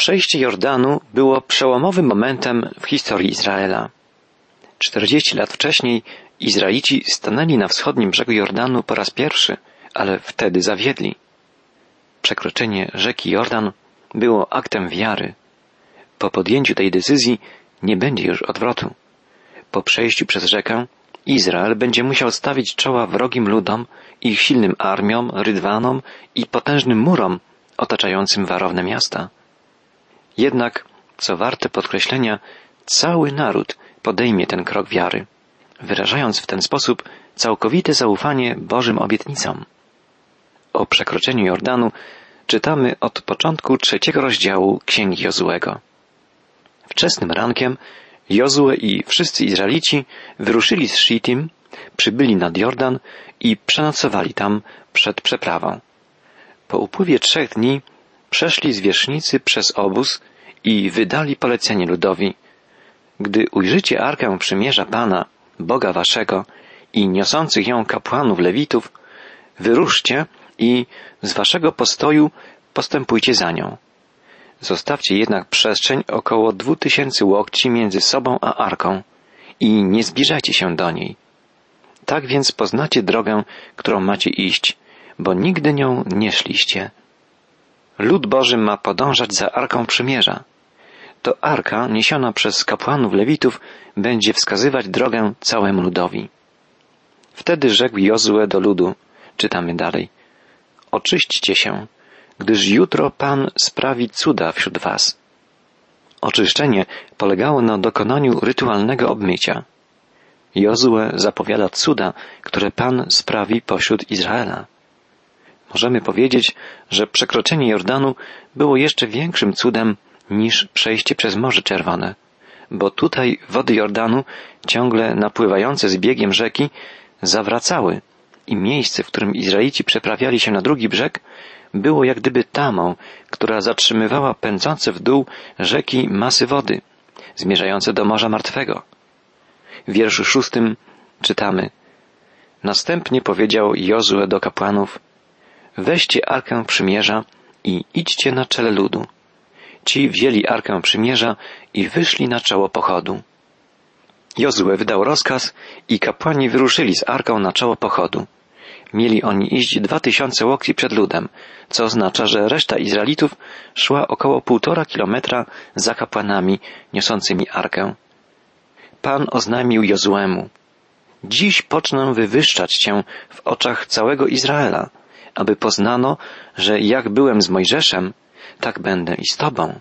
Przejście Jordanu było przełomowym momentem w historii Izraela. 40 lat wcześniej Izraelici stanęli na wschodnim brzegu Jordanu po raz pierwszy, ale wtedy zawiedli. Przekroczenie rzeki Jordan było aktem wiary. Po podjęciu tej decyzji nie będzie już odwrotu. Po przejściu przez rzekę Izrael będzie musiał stawić czoła wrogim ludom, ich silnym armiom, rydwanom i potężnym murom otaczającym warowne miasta. Jednak, co warte podkreślenia, cały naród podejmie ten krok wiary, wyrażając w ten sposób całkowite zaufanie Bożym obietnicom. O przekroczeniu Jordanu czytamy od początku 3 rozdziału Księgi Jozuego. Wczesnym rankiem Jozue i wszyscy Izraelici wyruszyli z Szittim, przybyli nad Jordan i przenocowali tam przed przeprawą. Po upływie 3 dni przeszli zwierzchnicy przez obóz i wydali polecenie ludowi: gdy ujrzycie Arkę Przymierza Pana, Boga waszego i niosących ją kapłanów Lewitów, wyruszcie i z waszego postoju postępujcie za nią. Zostawcie jednak przestrzeń około 2000 łokci między sobą a Arką i nie zbliżajcie się do niej. Tak więc poznacie drogę, którą macie iść, bo nigdy nią nie szliście. Lud Boży ma podążać za Arką Przymierza. To Arka, niesiona przez kapłanów Lewitów, będzie wskazywać drogę całemu ludowi. Wtedy rzekł Jozue do ludu, czytamy dalej: oczyśćcie się, gdyż jutro Pan sprawi cuda wśród was. Oczyszczenie polegało na dokonaniu rytualnego obmycia. Jozue zapowiada cuda, które Pan sprawi pośród Izraela. Możemy powiedzieć, że przekroczenie Jordanu było jeszcze większym cudem niż przejście przez Morze Czerwone, bo tutaj wody Jordanu, ciągle napływające z biegiem rzeki, zawracały i miejsce, w którym Izraelici przeprawiali się na drugi brzeg, było jak gdyby tamą, która zatrzymywała pędzące w dół rzeki masy wody, zmierzające do Morza Martwego. W wierszu 6 czytamy: następnie powiedział Jozue do kapłanów: weźcie Arkę Przymierza i idźcie na czele ludu. Ci wzięli Arkę Przymierza i wyszli na czoło pochodu. Jozue wydał rozkaz i kapłani wyruszyli z Arką na czoło pochodu. Mieli oni iść 2000 łokci przed ludem, co oznacza, że reszta Izraelitów szła około 1,5 kilometra za kapłanami niosącymi Arkę. Pan oznajmił Jozuemu: dziś pocznę wywyższać cię w oczach całego Izraela, aby poznano, że jak byłem z Mojżeszem, tak będę i z tobą.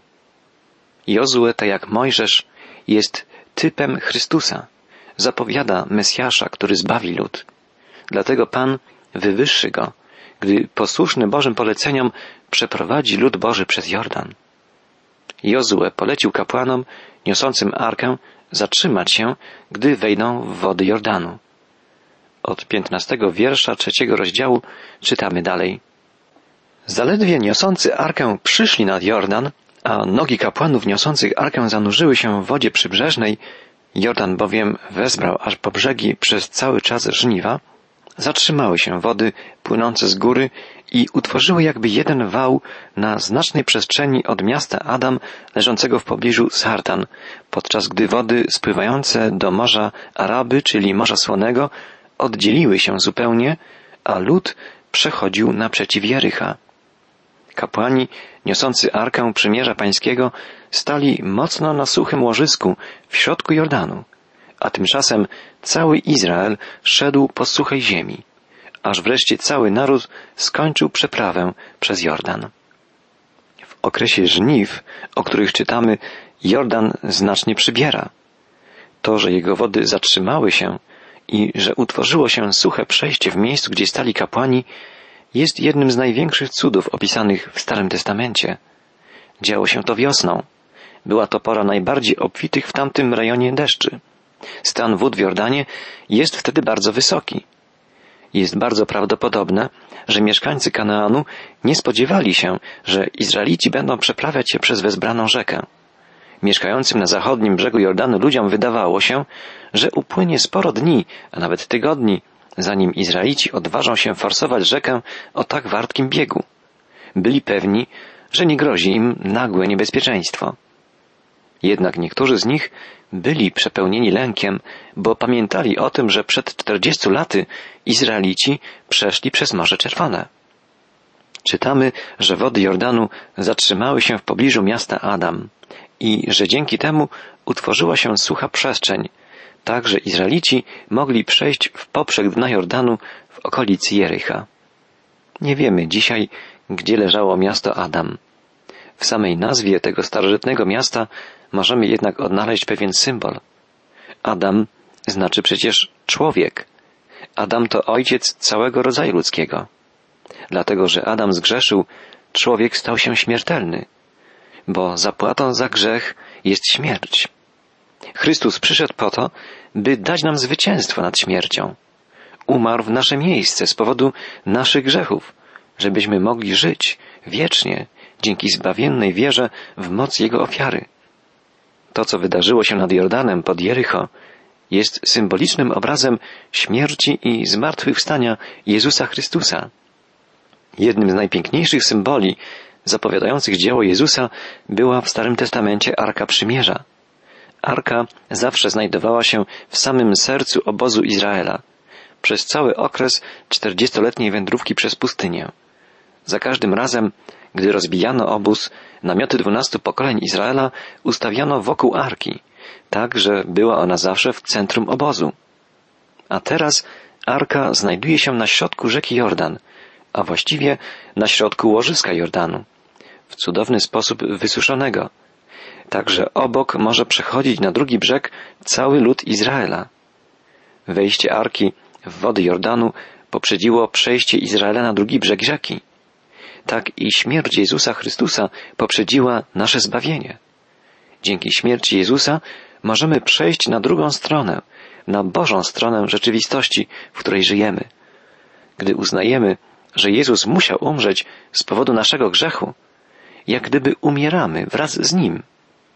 Jozue, tak jak Mojżesz, jest typem Chrystusa. Zapowiada Mesjasza, który zbawi lud. Dlatego Pan wywyższy go, gdy posłuszny Bożym poleceniom przeprowadzi lud Boży przez Jordan. Jozue polecił kapłanom niosącym Arkę zatrzymać się, gdy wejdą w wody Jordanu. Od 15 wiersza 3 rozdziału czytamy dalej. Zaledwie niosący Arkę przyszli nad Jordan, a nogi kapłanów niosących Arkę zanurzyły się w wodzie przybrzeżnej, Jordan bowiem wezbrał aż po brzegi przez cały czas żniwa, zatrzymały się wody płynące z góry i utworzyły jakby jeden wał na znacznej przestrzeni od miasta Adam leżącego w pobliżu Sartan, podczas gdy wody spływające do Morza Araby, czyli Morza Słonego, oddzieliły się zupełnie, a lud przechodził naprzeciw Jericha. Kapłani niosący Arkę Przymierza Pańskiego stali mocno na suchym łożysku w środku Jordanu, a tymczasem cały Izrael szedł po suchej ziemi, aż wreszcie cały naród skończył przeprawę przez Jordan. W okresie żniw, o których czytamy, Jordan znacznie przybiera. To, że jego wody zatrzymały się i że utworzyło się suche przejście w miejscu, gdzie stali kapłani, jest jednym z największych cudów opisanych w Starym Testamencie. Działo się to wiosną. Była to pora najbardziej obfitych w tamtym rejonie deszczy. Stan wód w Jordanie jest wtedy bardzo wysoki. Jest bardzo prawdopodobne, że mieszkańcy Kanaanu nie spodziewali się, że Izraelici będą przeprawiać się przez wezbraną rzekę. Mieszkającym na zachodnim brzegu Jordanu ludziom wydawało się, że upłynie sporo dni, a nawet tygodni, zanim Izraelici odważą się forsować rzekę o tak wartkim biegu. Byli pewni, że nie grozi im nagłe niebezpieczeństwo. Jednak niektórzy z nich byli przepełnieni lękiem, bo pamiętali o tym, że przed 40 laty Izraelici przeszli przez Morze Czerwone. Czytamy, że wody Jordanu zatrzymały się w pobliżu miasta Adam i że dzięki temu utworzyła się sucha przestrzeń, tak że Izraelici mogli przejść w poprzek dna Jordanu w okolicy Jericha. Nie wiemy dzisiaj, gdzie leżało miasto Adam. W samej nazwie tego starożytnego miasta możemy jednak odnaleźć pewien symbol. Adam znaczy przecież człowiek. Adam to ojciec całego rodzaju ludzkiego. Dlatego, że Adam zgrzeszył, człowiek stał się śmiertelny, bo zapłatą za grzech jest śmierć. Chrystus przyszedł po to, by dać nam zwycięstwo nad śmiercią. Umarł w nasze miejsce z powodu naszych grzechów, żebyśmy mogli żyć wiecznie dzięki zbawiennej wierze w moc Jego ofiary. To, co wydarzyło się nad Jordanem pod Jericho, jest symbolicznym obrazem śmierci i zmartwychwstania Jezusa Chrystusa. Jednym z najpiękniejszych symboli zapowiadających dzieło Jezusa była w Starym Testamencie Arka Przymierza. Arka zawsze znajdowała się w samym sercu obozu Izraela, przez cały okres 40-letniej wędrówki przez pustynię. Za każdym razem, gdy rozbijano obóz, namioty 12 pokoleń Izraela ustawiano wokół Arki, tak że była ona zawsze w centrum obozu. A teraz Arka znajduje się na środku rzeki Jordan, a właściwie na środku łożyska Jordanu, w cudowny sposób wysuszonego. Także obok może przechodzić na drugi brzeg cały lud Izraela. Wejście Arki w wody Jordanu poprzedziło przejście Izraela na drugi brzeg rzeki. Tak i śmierć Jezusa Chrystusa poprzedziła nasze zbawienie. Dzięki śmierci Jezusa możemy przejść na drugą stronę, na Bożą stronę rzeczywistości, w której żyjemy. Gdy uznajemy, że Jezus musiał umrzeć z powodu naszego grzechu, jak gdyby umieramy wraz z Nim.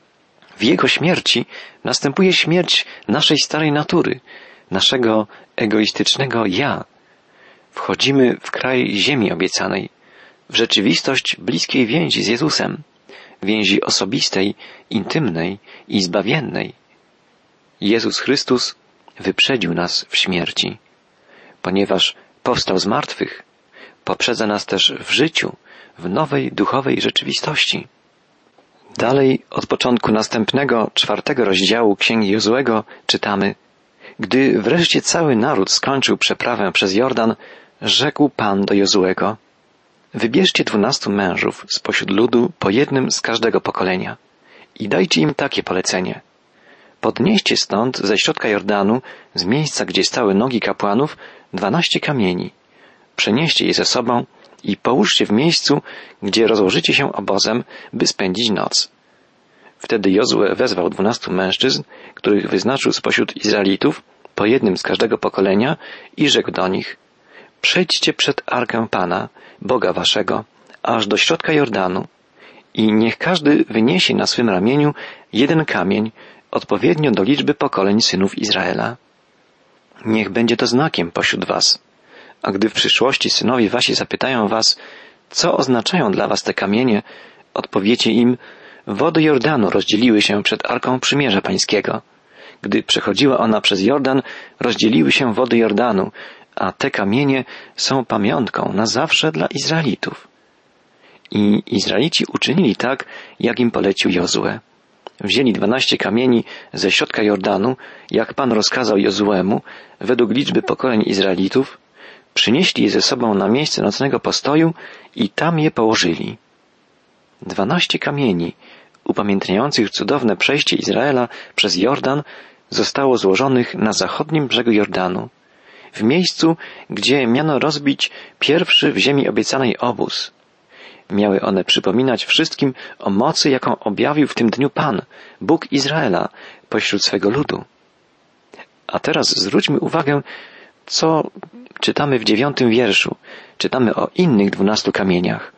W Jego śmierci następuje śmierć naszej starej natury, naszego egoistycznego ja. Wchodzimy w kraj ziemi obiecanej, w rzeczywistość bliskiej więzi z Jezusem, więzi osobistej, intymnej i zbawiennej. Jezus Chrystus wyprzedził nas w śmierci. Ponieważ powstał z martwych, poprzedza nas też w życiu, w nowej duchowej rzeczywistości. Dalej od początku następnego 4 rozdziału Księgi Jozuego czytamy: Gdy wreszcie cały naród skończył przeprawę przez Jordan, rzekł Pan do Jozuego: Wybierzcie 12 mężów spośród ludu po jednym z każdego pokolenia i dajcie im takie polecenie. Podnieście stąd ze środka Jordanu, z miejsca, gdzie stały nogi kapłanów, 12 kamieni. Przenieście je ze sobą i połóżcie w miejscu, gdzie rozłożycie się obozem, by spędzić noc. Wtedy Jozue wezwał 12 mężczyzn, których wyznaczył spośród Izraelitów, po jednym z każdego pokolenia, i rzekł do nich: Przejdźcie przed Arkę Pana, Boga waszego, aż do środka Jordanu i niech każdy wyniesie na swym ramieniu jeden kamień, odpowiednio do liczby pokoleń synów Izraela. Niech będzie to znakiem pośród was. A gdy w przyszłości synowie wasi zapytają was, co oznaczają dla was te kamienie, odpowiecie im: wody Jordanu rozdzieliły się przed Arką Przymierza Pańskiego. Gdy przechodziła ona przez Jordan, rozdzieliły się wody Jordanu, a te kamienie są pamiątką na zawsze dla Izraelitów. I Izraelici uczynili tak, jak im polecił Jozue. Wzięli 12 kamieni ze środka Jordanu, jak Pan rozkazał Jozuemu, według liczby pokoleń Izraelitów, przynieśli je ze sobą na miejsce nocnego postoju i tam je położyli. 12 kamieni, upamiętniających cudowne przejście Izraela przez Jordan, zostało złożonych na zachodnim brzegu Jordanu, w miejscu, gdzie miano rozbić pierwszy w ziemi obiecanej obóz. Miały one przypominać wszystkim o mocy, jaką objawił w tym dniu Pan, Bóg Izraela, pośród swego ludu. A teraz zwróćmy uwagę, co czytamy w 9 wierszu. Czytamy o innych 12 kamieniach.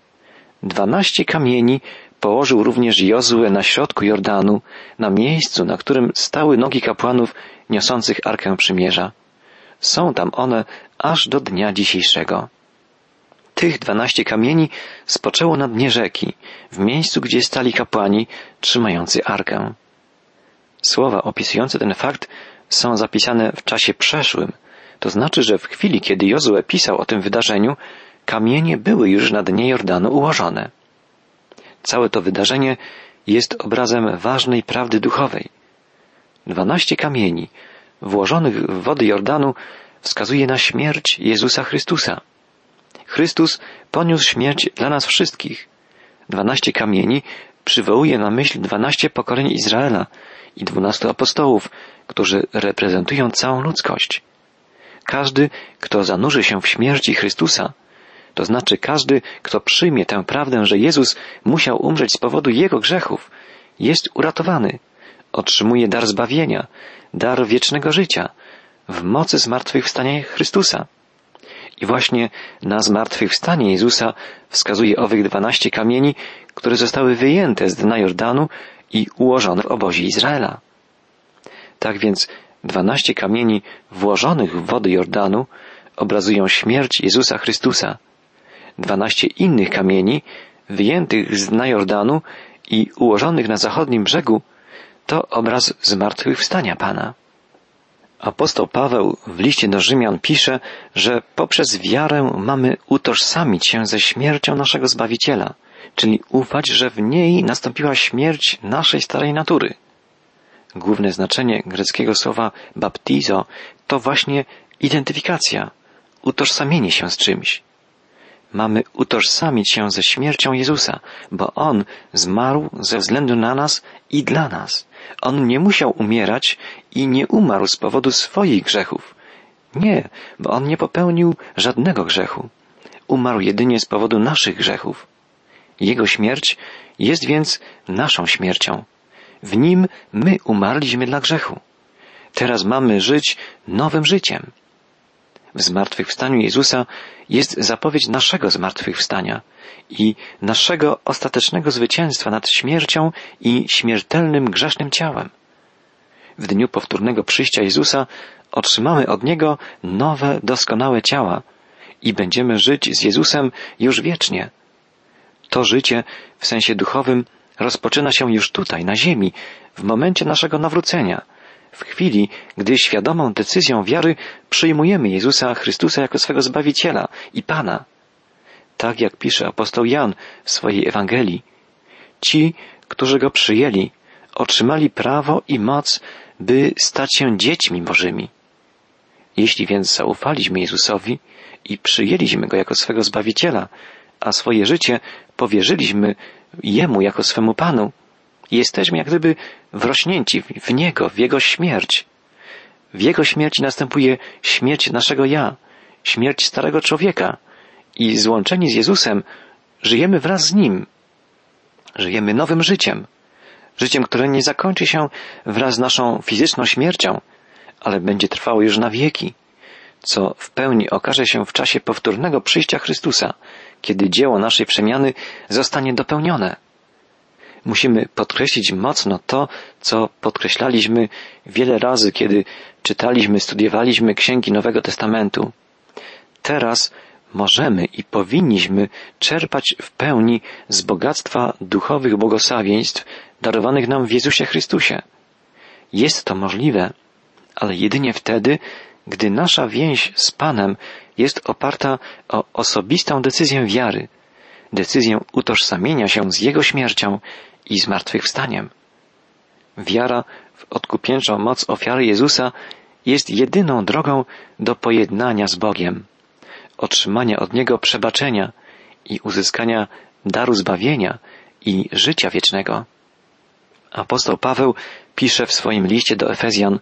12 kamieni położył również Jozue na środku Jordanu, na miejscu, na którym stały nogi kapłanów niosących Arkę Przymierza. Są tam one aż do dnia dzisiejszego. tych 12 kamieni spoczęło na dnie rzeki, w miejscu, gdzie stali kapłani trzymający arkę. Słowa opisujące ten fakt są zapisane w czasie przeszłym. To znaczy, że w chwili, kiedy Jozue pisał o tym wydarzeniu, kamienie były już na dnie Jordanu ułożone. Całe to wydarzenie jest obrazem ważnej prawdy duchowej. 12 kamieni włożonych w wody Jordanu wskazuje na śmierć Jezusa Chrystusa. Chrystus poniósł śmierć dla nas wszystkich. 12 kamieni przywołuje na myśl 12 pokoleń Izraela i 12 apostołów, którzy reprezentują całą ludzkość. Każdy, kto zanurzy się w śmierci Chrystusa, to znaczy każdy, kto przyjmie tę prawdę, że Jezus musiał umrzeć z powodu jego grzechów, jest uratowany, otrzymuje dar zbawienia, dar wiecznego życia, w mocy zmartwychwstania Chrystusa. I właśnie na zmartwychwstanie Jezusa wskazuje owych 12 kamieni, które zostały wyjęte z dna Jordanu i ułożone w obozie Izraela. Tak więc 12 kamieni włożonych w wody Jordanu obrazują śmierć Jezusa Chrystusa. 12 innych kamieni wyjętych z dna Jordanu i ułożonych na zachodnim brzegu to obraz zmartwychwstania Pana. Apostoł Paweł w liście do Rzymian pisze, że poprzez wiarę mamy utożsamić się ze śmiercią naszego Zbawiciela, czyli ufać, że w niej nastąpiła śmierć naszej starej natury. Główne znaczenie greckiego słowa baptizo to właśnie identyfikacja, utożsamienie się z czymś. Mamy utożsamić się ze śmiercią Jezusa, bo On zmarł ze względu na nas i dla nas. On nie musiał umierać i nie umarł z powodu swoich grzechów. Nie, bo On nie popełnił żadnego grzechu. Umarł jedynie z powodu naszych grzechów. Jego śmierć jest więc naszą śmiercią. W Nim my umarliśmy dla grzechu. Teraz mamy żyć nowym życiem. W zmartwychwstaniu Jezusa jest zapowiedź naszego zmartwychwstania i naszego ostatecznego zwycięstwa nad śmiercią i śmiertelnym grzesznym ciałem. W dniu powtórnego przyjścia Jezusa otrzymamy od Niego nowe, doskonałe ciała i będziemy żyć z Jezusem już wiecznie. To życie w sensie duchowym rozpoczyna się już tutaj, na ziemi, w momencie naszego nawrócenia, w chwili, gdy świadomą decyzją wiary przyjmujemy Jezusa Chrystusa jako swego Zbawiciela i Pana. Tak jak pisze apostoł Jan w swojej Ewangelii. Ci, którzy Go przyjęli, otrzymali prawo i moc, by stać się dziećmi Bożymi. Jeśli więc zaufaliśmy Jezusowi i przyjęliśmy Go jako swego Zbawiciela, a swoje życie powierzyliśmy Jemu jako swemu Panu, jesteśmy jak gdyby wrośnięci w Niego, w Jego śmierć. W Jego śmierci następuje śmierć naszego ja, śmierć starego człowieka i złączeni z Jezusem żyjemy wraz z Nim. Żyjemy nowym życiem. Życiem, które nie zakończy się wraz z naszą fizyczną śmiercią, ale będzie trwało już na wieki, co w pełni okaże się w czasie powtórnego przyjścia Chrystusa, kiedy dzieło naszej przemiany zostanie dopełnione. Musimy podkreślić mocno to, co podkreślaliśmy wiele razy, kiedy czytaliśmy, studiowaliśmy księgi Nowego Testamentu. Teraz możemy i powinniśmy czerpać w pełni z bogactwa duchowych błogosławieństw darowanych nam w Jezusie Chrystusie. Jest to możliwe, ale jedynie wtedy, gdy nasza więź z Panem jest oparta o osobistą decyzję wiary, decyzję utożsamienia się z Jego śmiercią i zmartwychwstaniem. Wiara w odkupieńczą moc ofiary Jezusa jest jedyną drogą do pojednania z Bogiem, otrzymania od Niego przebaczenia i uzyskania daru zbawienia i życia wiecznego. Apostoł Paweł pisze w swoim liście do Efezjan: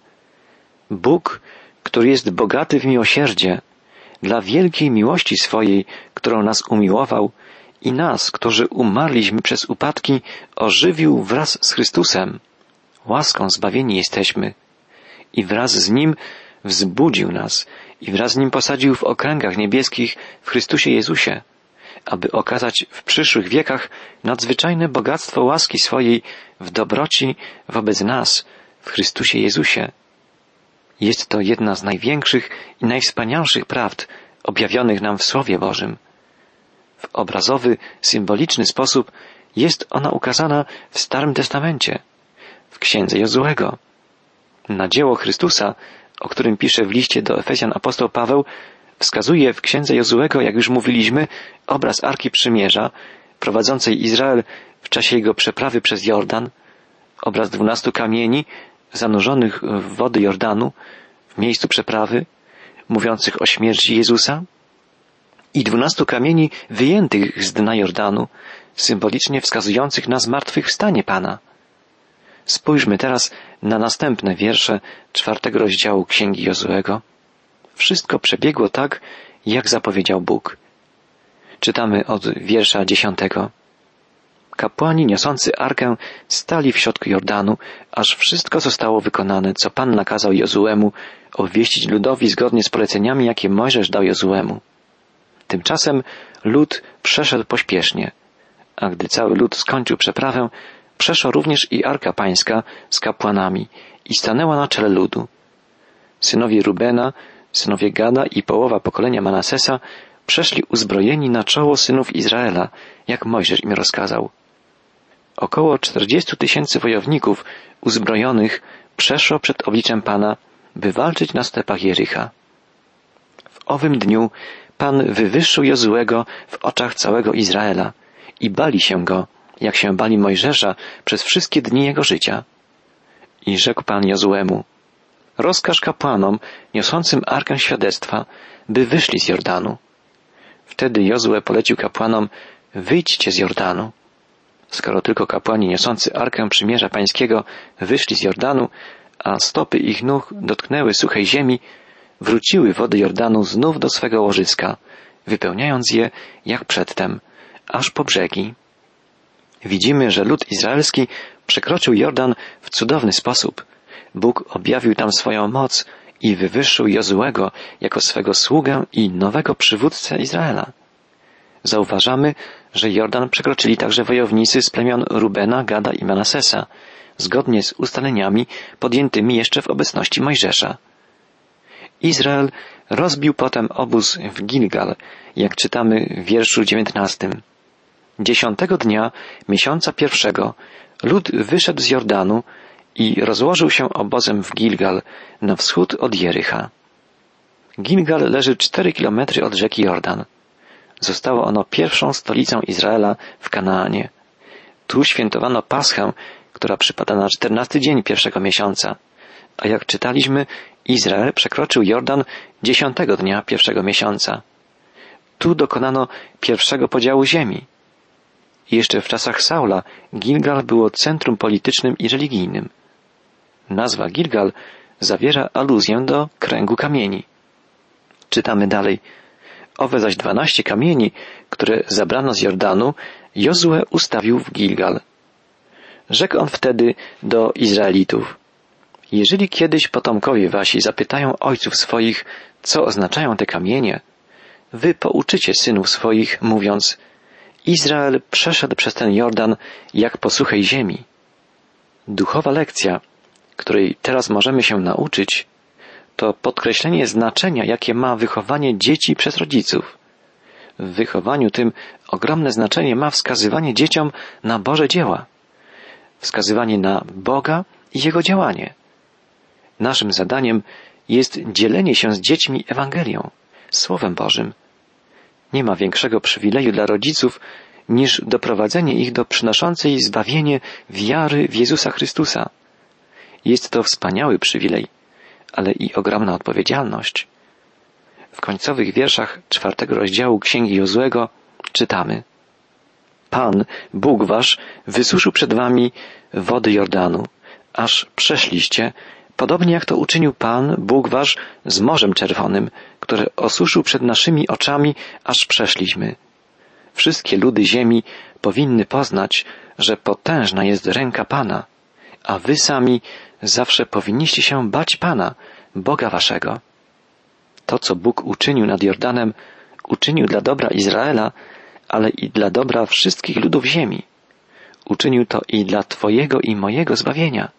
Bóg, który jest bogaty w miłosierdzie, dla wielkiej miłości swojej, którą nas umiłował i nas, którzy umarliśmy przez upadki, ożywił wraz z Chrystusem. Łaską zbawieni jesteśmy i wraz z Nim wzbudził nas i wraz z Nim posadził w okręgach niebieskich w Chrystusie Jezusie, aby okazać w przyszłych wiekach nadzwyczajne bogactwo łaski swojej w dobroci wobec nas w Chrystusie Jezusie. Jest to jedna z największych i najwspanialszych prawd objawionych nam w Słowie Bożym. W obrazowy, symboliczny sposób jest ona ukazana w Starym Testamencie, w Księdze Jozuego. Na dzieło Chrystusa, o którym pisze w liście do Efezjan apostoł Paweł, wskazuje w Księdze Jozuego, jak już mówiliśmy, obraz Arki Przymierza, prowadzącej Izrael w czasie jego przeprawy przez Jordan, obraz 12 kamieni zanurzonych w wody Jordanu w miejscu przeprawy, mówiących o śmierci Jezusa, i 12 kamieni wyjętych z dna Jordanu, symbolicznie wskazujących na zmartwychwstanie Pana. Spójrzmy teraz na następne wiersze 4 rozdziału Księgi Jozuego. Wszystko przebiegło tak, jak zapowiedział Bóg. Czytamy od wiersza 10. Kapłani niosący arkę stali w środku Jordanu, aż wszystko zostało wykonane, co Pan nakazał Jozuemu obwieścić ludowi zgodnie z poleceniami, jakie Mojżesz dał Jozuemu. Tymczasem lud przeszedł pośpiesznie, a gdy cały lud skończył przeprawę, przeszła również i Arka Pańska z kapłanami i stanęła na czele ludu. Synowie Rubena, synowie Gada i połowa pokolenia Manasesa przeszli uzbrojeni na czoło synów Izraela, jak Mojżesz im rozkazał. Około 40 000 wojowników uzbrojonych przeszło przed obliczem Pana, by walczyć na stepach Jericha. W owym dniu Pan wywyższył Jozuego w oczach całego Izraela i bali się go, jak się bali Mojżesza przez wszystkie dni jego życia. I rzekł Pan Jozuemu: rozkaż kapłanom niosącym Arkę Świadectwa, by wyszli z Jordanu. Wtedy Jozue polecił kapłanom: wyjdźcie z Jordanu. Skoro tylko kapłani niosący Arkę Przymierza Pańskiego wyszli z Jordanu, a stopy ich nóg dotknęły suchej ziemi, wróciły wody Jordanu znów do swego łożyska, wypełniając je jak przedtem, aż po brzegi. Widzimy, że lud izraelski przekroczył Jordan w cudowny sposób. Bóg objawił tam swoją moc i wywyższył Jozuego jako swego sługę i nowego przywódcę Izraela. Zauważamy, że Jordan przekroczyli także wojownicy z plemion Rubena, Gada i Manasesa, zgodnie z ustaleniami podjętymi jeszcze w obecności Mojżesza. Izrael rozbił potem obóz w Gilgal, jak czytamy w wierszu 19. 10 dnia miesiąca pierwszego lud wyszedł z Jordanu i rozłożył się obozem w Gilgal, na wschód od Jericha. Gilgal leży 4 kilometry od rzeki Jordan. Zostało ono pierwszą stolicą Izraela w Kanaanie. Tu świętowano Paschę, która przypada na 14 dzień pierwszego miesiąca. A jak czytaliśmy, Izrael przekroczył Jordan 10 dnia pierwszego miesiąca. Tu dokonano pierwszego podziału ziemi. Jeszcze w czasach Saula Gilgal było centrum politycznym i religijnym. Nazwa Gilgal zawiera aluzję do kręgu kamieni. Czytamy dalej. Owe zaś 12 kamieni, które zabrano z Jordanu, Jozue ustawił w Gilgal. Rzekł on wtedy do Izraelitów: jeżeli kiedyś potomkowie wasi zapytają ojców swoich, co oznaczają te kamienie, wy pouczycie synów swoich, mówiąc: Izrael przeszedł przez ten Jordan jak po suchej ziemi. Duchowa lekcja, której teraz możemy się nauczyć, to podkreślenie znaczenia, jakie ma wychowanie dzieci przez rodziców. W wychowaniu tym ogromne znaczenie ma wskazywanie dzieciom na Boże dzieła, wskazywanie na Boga i Jego działanie. Naszym zadaniem jest dzielenie się z dziećmi Ewangelią, Słowem Bożym. Nie ma większego przywileju dla rodziców niż doprowadzenie ich do przynoszącej zbawienie wiary w Jezusa Chrystusa. Jest to wspaniały przywilej, ale i ogromna odpowiedzialność. W końcowych wierszach 4 rozdziału Księgi Jozuego czytamy: Pan, Bóg wasz, wysuszył przed wami wody Jordanu, aż przeszliście, podobnie jak to uczynił Pan, Bóg wasz, z Morzem Czerwonym, które osuszył przed naszymi oczami, aż przeszliśmy. Wszystkie ludy ziemi powinny poznać, że potężna jest ręka Pana, a wy sami zawsze powinniście się bać Pana, Boga waszego. To, co Bóg uczynił nad Jordanem, uczynił dla dobra Izraela, ale i dla dobra wszystkich ludów ziemi. Uczynił to i dla Twojego i mojego zbawienia.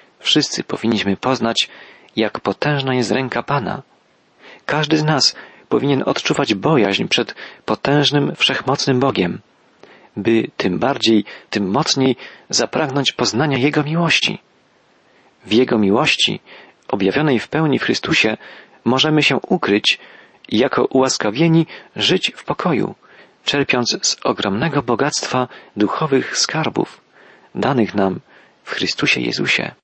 Wszyscy powinniśmy poznać, jak potężna jest ręka Pana. Każdy z nas powinien odczuwać bojaźń przed potężnym, wszechmocnym Bogiem, by tym bardziej, tym mocniej zapragnąć poznania Jego miłości. W Jego miłości, objawionej w pełni w Chrystusie, możemy się ukryć i jako ułaskawieni żyć w pokoju, czerpiąc z ogromnego bogactwa duchowych skarbów danych nam w Chrystusie Jezusie.